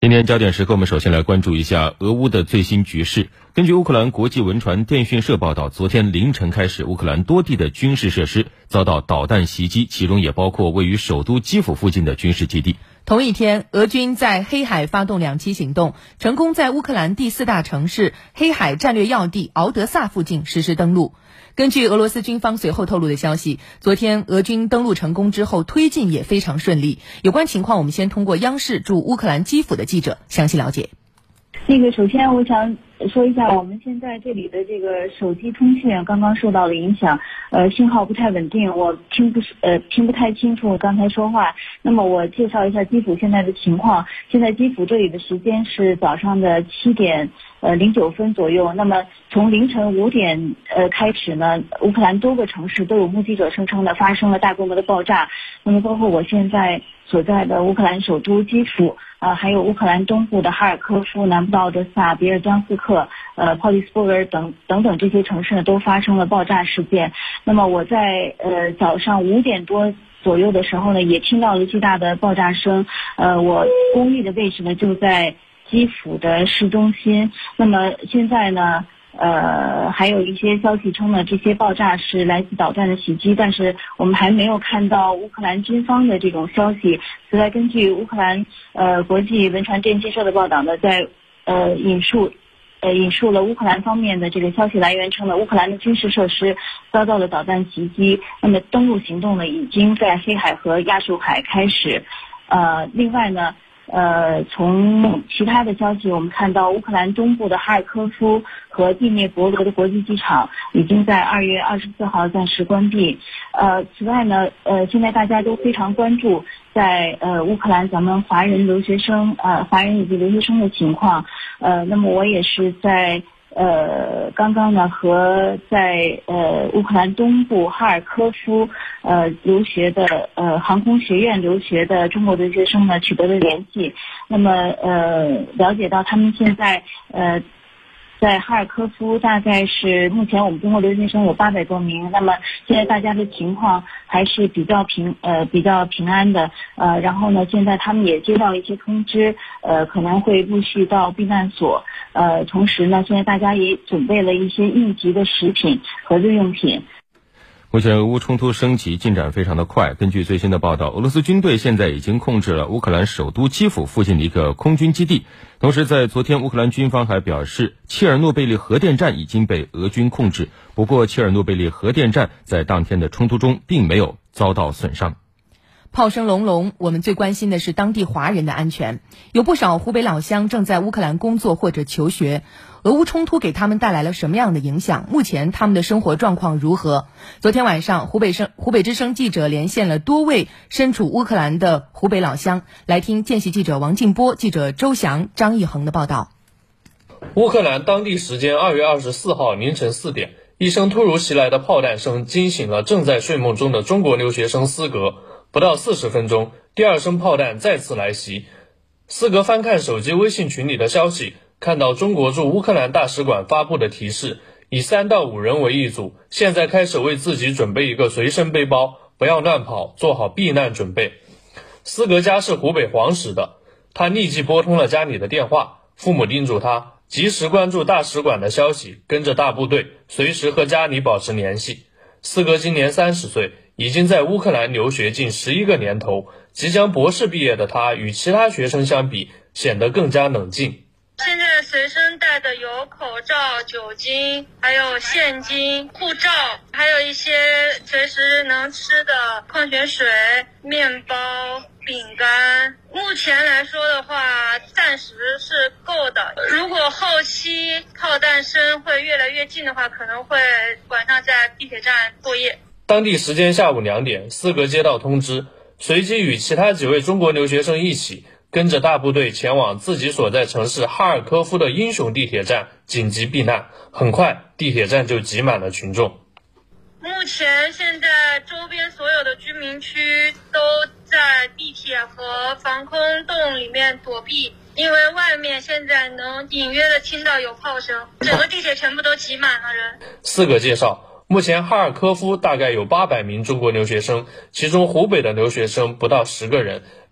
今天焦点时刻，我们首先来关注一下俄乌的最新局势。根据乌克兰国际文传电讯社报道，昨天凌晨开始，乌克兰多地的军事设施遭到导弹袭击，其中也包括位于首都基辅附近的军事基地。 同一天，俄军在黑海发动2期行动，成功在乌克兰第4大城市黑海战略要地敖德萨附近实施登陆。根据俄罗斯军方随后透露的消息，昨天俄军登陆成功之后，推进也非常顺利。有关情况，我们先通过央视驻乌克兰基辅的记者详细了解。 首先我想说一下，我们现在这里的这个手机通讯刚刚受到了影响，信号不太稳定，我听不太清楚刚才说话。那么我介绍一下基辅现在的情况。现在基辅这里的时间是早上的7点09分左右。那么从凌晨5点开始呢，乌克兰多个城市都有目击者声称的发生了大规模的爆炸。那么包括我现在所在的乌克兰首都基辅，还有乌克兰东部的哈尔科夫、南部的敖德萨、别尔江斯克、鲍里斯波尔等等这些城市呢，都发生了爆炸事件。那么我在早上5点多左右的时候呢，也听到了巨大的爆炸声。我公寓的位置呢就在基辅的市中心。那么现在呢，还有一些消息称呢，这些爆炸是来自导弹的袭击，但是我们还没有看到乌克兰军方的这种消息。此外，根据乌克兰国际文传电讯社的报道呢，在引述了乌克兰方面的这个消息来源称呢，乌克兰的军事设施遭到了导弹袭击。那么登陆行动呢，已经在黑海和亚速海开始。另外呢，从其他的消息我们看到，乌克兰东部的哈尔科夫和第聂伯罗的国际机场已经在2月24号暂时关闭。此外呢，现在大家都非常关注在乌克兰咱们华人以及留学生的情况。那么我也是在刚刚呢和在乌克兰东部哈尔科夫留学的航空学院留学的中国留学生呢取得了联系。那么了解到他们现在在哈尔科夫大概是目前我们中国留学生有800多名。那么现在大家的情况还是比较平安的。然后呢，现在他们也接到一些通知，可能会陆续到避难所。同时呢，现在大家也准备了一些应急的食品和日用品。 目前俄乌冲突升级进展非常的快。根据最新的报道，俄罗斯军队现在已经控制了乌克兰首都基辅附近的一个空军基地。同时在昨天，乌克兰军方还表示，切尔诺贝利核电站已经被俄军控制。不过切尔诺贝利核电站在当天的冲突中并没有遭到损伤。 炮声隆隆，我们最关心的是当地华人的安全。有不少湖北老乡正在乌克兰工作或者求学，俄乌冲突给他们带来了什么样的影响？目前他们的生活状况如何？昨天晚上，湖北之声记者连线了多位身处乌克兰的湖北老乡，来听见习记者王静波、记者周翔、张义恒的报道。 乌克兰当地时间2月24号凌晨4点，一声突如其来的炮弹声惊醒了正在睡梦中的中国留学生思格。不到40分钟，第二声炮弹再次来袭。思格翻看手机微信群里的消息，看到中国驻乌克兰大使馆发布的提示，以3到5人为一组，现在开始为自己准备一个随身背包，不要乱跑，做好避难准备。思格家是湖北黄石的，他立即拨通了家里的电话，父母叮嘱他及时关注大使馆的消息，跟着大部队，随时和家里保持联系。思格今年30岁，已经在乌克兰留学近11个年头，即将博士毕业的他与其他学生相比，显得更加冷静。 现在随身带的有口罩、酒精，还有现金、护照，还有一些随时能吃的矿泉水、面包、饼干。目前来说的话，暂时是够的。如果后期炮弹声会越来越近的话，可能会晚上在地铁站过夜。 当地时间下午2点，思格接到通知，随即与其他几位中国留学生一起跟着大部队前往自己所在城市哈尔科夫的英雄地铁站紧急避难。很快地铁站就挤满了群众。 目前现在周边所有的居民区都在地铁和防空洞里面躲避，因为外面现在能隐约的听到有炮声，整个地铁全部都挤满了人。 思格介绍，目前哈尔科夫大概有800名中国留学生，其中湖北的留学生不到10个人，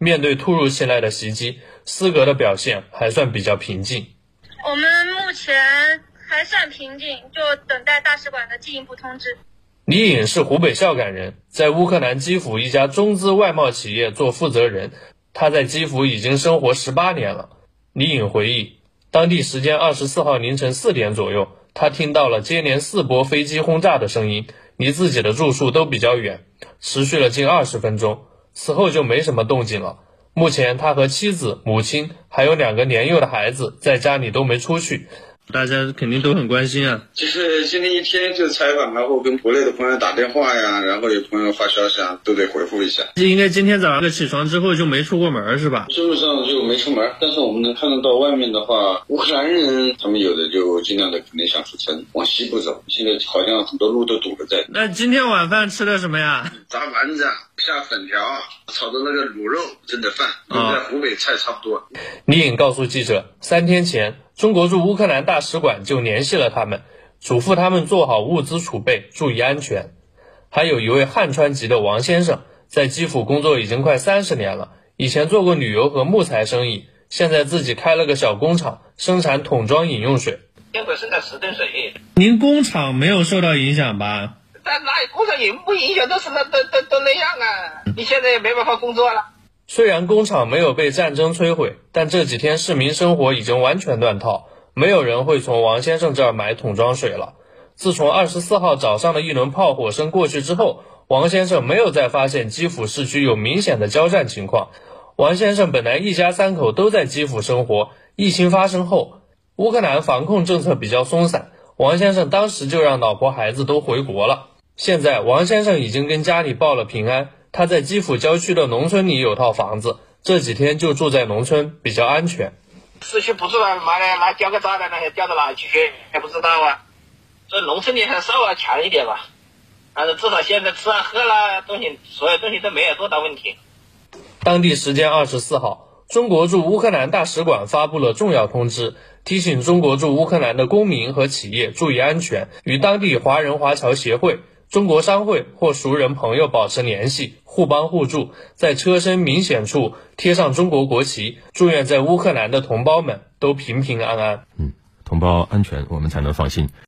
面对突如其来的袭击，斯格的表现还算比较平静。 我们目前还算平静，就等待大使馆的进一步通知。 李颖是湖北孝感人，在乌克兰基辅一家中资外贸企业做负责人，他在基辅已经生活18年了。李颖回忆，当地时间24号凌晨4点左右，他听到了接连4波飞机轰炸的声音，离自己的住处都比较远，持续了近20分钟，此后就没什么动静了。目前他和妻子、母亲还有2个年幼的孩子在家里都没出去。大家肯定都很关心啊， 就是今天一天就采访，然后跟国内的朋友打电话呀，然后有朋友发消息啊，都得回复一下。 应该今天早上起床之后就没出过门是吧？ 基本上就没出门，但是我们能看得到外面的话，乌克兰人他们有的就尽量的肯定想出城往西部走，现在好像很多路都堵了在。 那今天晚饭吃的什么呀？ 炸丸子、下粉条、炒的那个卤肉蒸的饭，跟在湖北菜差不多。 李颖告诉记者，3天前中国驻乌克兰大使馆就联系了他们，嘱咐他们做好物资储备，注意安全。还有一位汉川籍的王先生，在基辅工作已经快30年了，以前做过旅游和木材生意，现在自己开了个小工厂，生产桶装饮用水。 现在生产10吨水。 您工厂没有受到影响吧？ 但哪工厂也不影响，都那样啊！你现在也没办法工作了。 虽然工厂没有被战争摧毁，但这几天市民生活已经完全乱套，没有人会从王先生这儿买桶装水了。自从24号早上的一轮炮火声过去之后，王先生没有再发现基辅市区有明显的交战情况。王先生本来一家3口都在基辅生活，疫情发生后，乌克兰防控政策比较松散，王先生当时就让老婆孩子都回国了。现在王先生已经跟家里报了平安，他在基辅郊区的农村里有套房子，这几天就住在农村，比较安全。 市区不知道妈的那交个炸弹那些交到哪里去还不知道啊。这农村里还稍微强一点吧，但是至少现在吃啊喝啦东西，所有东西都没有多大问题。 当地时间24号，中国驻乌克兰大使馆发布了重要通知，提醒中国驻乌克兰的公民和企业注意安全，与当地华人华侨协会、中国商会或熟人朋友保持联系，互帮互助，在车身明显处贴上中国国旗，祝愿在乌克兰的同胞们都平平安安。 同胞安全，我们才能放心。